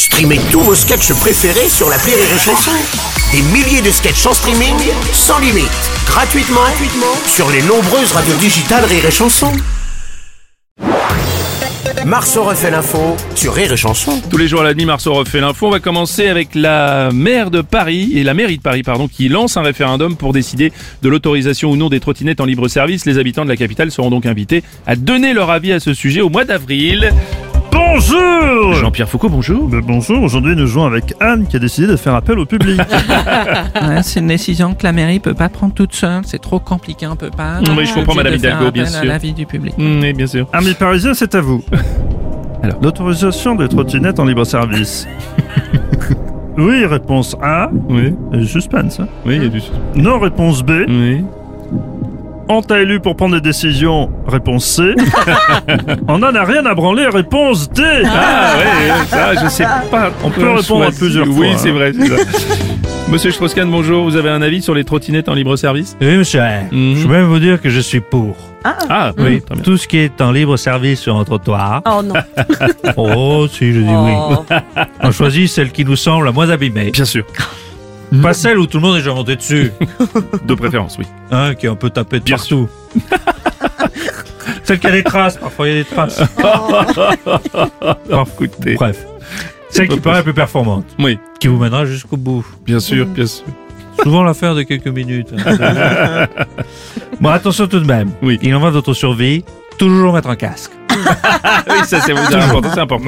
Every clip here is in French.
Streamez tous vos sketchs préférés sur l'appli Rire et Chanson. Des milliers de sketchs en streaming, sans limite, gratuitement sur les nombreuses radios digitales Rire et Chanson. Marceau refait l'info sur Rire et Chanson. Tous les jours à la demi, Marceau refait l'info. On va commencer avec la maire de Paris et la mairie de Paris, qui lance un référendum pour décider de l'autorisation ou non des trottinettes en libre service. Les habitants de la capitale seront donc invités à donner leur avis à ce sujet au mois d'avril. Bonjour Jean-Pierre Foucault, bonjour. Bonjour, aujourd'hui nous jouons avec Anne qui a décidé de faire appel au public. Ouais, c'est une décision que la mairie peut pas prendre toute seule, c'est trop compliqué, on peut pas. Oui, je comprends Madame Hidalgo, bien sûr. À l'avis du public. Oui, bien sûr. Amis parisiens, c'est à vous. Alors. L'autorisation des trottinettes en libre service. Oui, réponse A. Oui, Suspense. Hein. oui, il y a du... Non, réponse B. Oui. On t'a élu pour prendre des décisions, réponse C. On n'en a rien à branler, réponse D. Ah ouais, ça, je sais pas. On peut répondre à plusieurs fois. Oui, c'est vrai, c'est ça. Monsieur Strauss-Kahn, bonjour. Vous avez un avis sur les trottinettes en libre service? Oui, monsieur. Je peux même vous dire que je suis pour. Ah, oui, très bien. Tout ce qui est en libre service sur un trottoir. Oh non. Oh, si, je dis oui. On choisit celle qui nous semble la moins abîmée. Bien sûr. Pas celle où tout le monde est déjà monté dessus. De préférence, oui. Hein, qui est un peu tapé de Bien partout. Celle qui a des traces, parfois il y a des traces. Écoutez. Bref. Celle qui paraît la plus performante. Oui, Qui vous mènera jusqu'au bout. bien sûr, bien sûr. Souvent l'affaire de quelques minutes. Hein. Bon, attention tout de même. Oui. Il en va de votre survie. Toujours mettre un casque. Oui, ça c'est important, c'est important.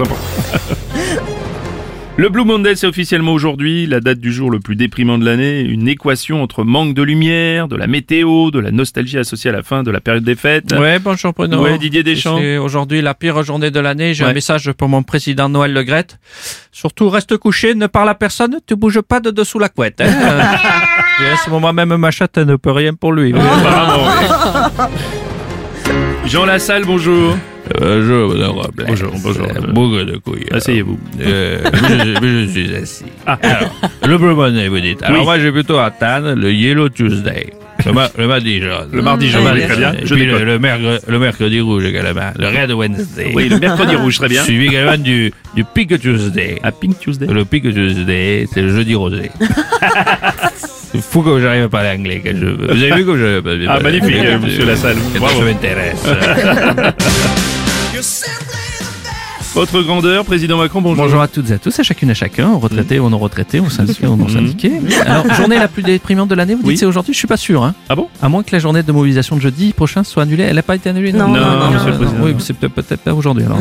Le Blue Monday, c'est officiellement aujourd'hui, la date du jour le plus déprimant de l'année, une équation entre manque de lumière, de la météo, de la nostalgie associée à la fin de la période des fêtes. Ouais, bonjour Bruno. Ouais, Didier Deschamps. C'est aujourd'hui la pire journée de l'année. J'ai Ouais. un message pour mon président Noël Le Graët. Surtout, reste couché, ne parle à personne, tu bouges pas de dessous la couette. Hein. Et à ce moment même, ma chatte elle ne peut rien pour lui. Apparemment, oui. Jean Lassalle, bonjour. Bonjour, madame Robles. Bonjour. Bougre de couilles. Asseyez-vous. Je suis assis. Alors, le Blue Monday, vous dites. Alors, Oui. moi, j'ai plutôt attendre le Yellow Tuesday. Le mardi jaune. Le mardi jaune, très bien. Et Je puis décolle. le mercredi rouge également. Le Red Wednesday. Oui, le mercredi rouge, très bien. Suivi également du Pink Tuesday. À Pink Tuesday. Le Pink Tuesday, c'est le jeudi rosé. C'est fou que j'arrive à parler anglais. Vous avez vu que je... Ah, magnifique, monsieur Lassalle. Quand Bravo. je m'intéresse. Votre grandeur, président Macron, bonjour. Bonjour à toutes et à tous, à chacune et à chacun, aux retraités, aux non-retraités, aux syndiqués, aux non-syndiqués. Alors, journée la plus déprimante de l'année, vous dites Oui. c'est aujourd'hui? Je suis pas sûr. Hein. Ah bon? À moins que la journée de mobilisation de jeudi prochain soit annulée. Elle n'a pas été annulée? Non, non, monsieur le président. Oui, mais c'est peut-être pas aujourd'hui alors.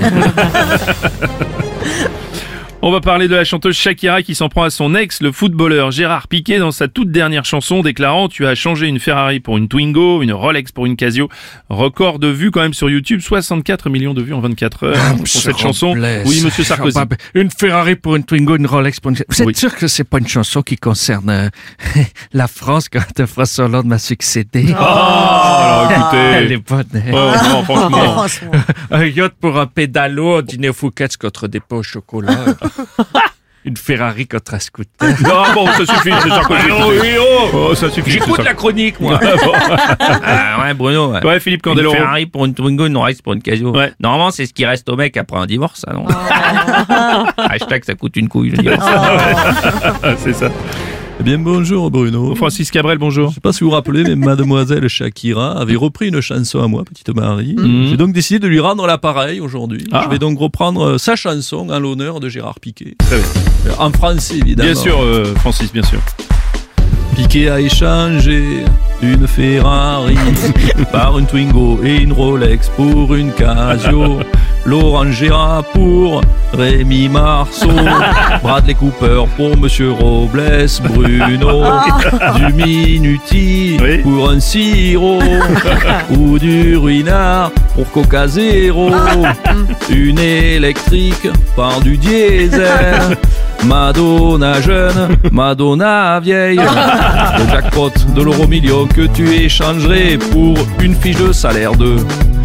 On va parler de la chanteuse Shakira qui s'en prend à son ex, le footballeur Gérard Piqué, dans sa toute dernière chanson, déclarant « Tu as changé une Ferrari pour une Twingo, une Rolex pour une Casio ». Record de vues quand même sur YouTube, 64 millions de vues en 24 heures pour cette chanson. Oui, monsieur Sarkozy. Une Ferrari pour une Twingo, une Rolex pour une... Vous êtes Oui. sûr que c'est pas une chanson qui concerne la France quand François Hollande m'a succédé? alors Elle écoutez... est bonne. hein. Oh, non, franchement. Franchement. Un yacht pour un pédalo, un dîner Fouquet's contre des pains au chocolat. Une Ferrari contre un scooter. Non, bon, ça suffit, monsieur Sarkozy. Oh, ça suffit. J'écoute la chronique, moi. Ah ouais, Bruno. Ouais, Philippe Une Candeloro. Ferrari pour une Twingo, une Rolex pour une Casio. Ouais. Normalement, c'est ce qui reste au mec après un divorce, ça, non? Hashtag ça coûte une couille, le divorce. C'est ça. Eh bien, bonjour Bruno. Francis Cabrel, bonjour. Je sais pas si vous vous rappelez, mais mademoiselle Shakira avait repris une chanson à moi, petite Marie. Mhm. J'ai donc décidé de lui rendre l'appareil aujourd'hui. Ah. Je vais donc reprendre sa chanson en l'honneur de Gérard Piqué. Très bien. En français, évidemment. Bien sûr, Francis, bien sûr. Piqué a échangé une Ferrari par une Twingo et une Rolex pour une Casio. Laurent Gérard pour Rémi Marceau, Bradley Cooper pour Monsieur Robles, Bruno du Minuti Oui. pour un sirop ou du Ruinard pour Coca Zéro, une électrique par du diesel. Madonna jeune, Madonna vieille, le jackpot de l'euro million que tu échangerais pour une fiche de salaire de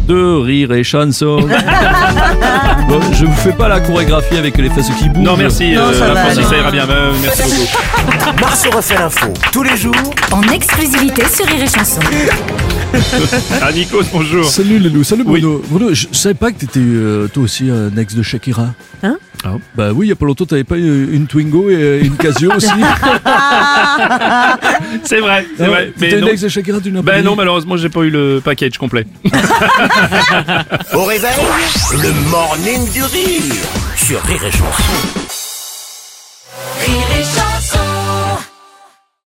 de Rire et Chanson. Bon, je vous fais pas la chorégraphie avec les fesses qui bougent. Non, merci, Non, ça va, Francis, non. ça ira bien. Merci beaucoup. Marceau refait l'info tous les jours En exclusivité sur Rire et Chanson. Ah, Nikos, bonjour. Salut Lelou, salut Oui. Bruno. Bruno, je savais pas que t'étais toi aussi un ex de Shakira. Hein? Ah, bah oui, il y a pas longtemps t'avais pas une Twingo et une Casio aussi. C'est vrai, c'est vrai. T'étais Mais une non. ex de Shakira, tu n'as pas Ben dit. non, malheureusement, j'ai pas eu le package complet. au réveil. Le morning du rire sur Rire et Chanson.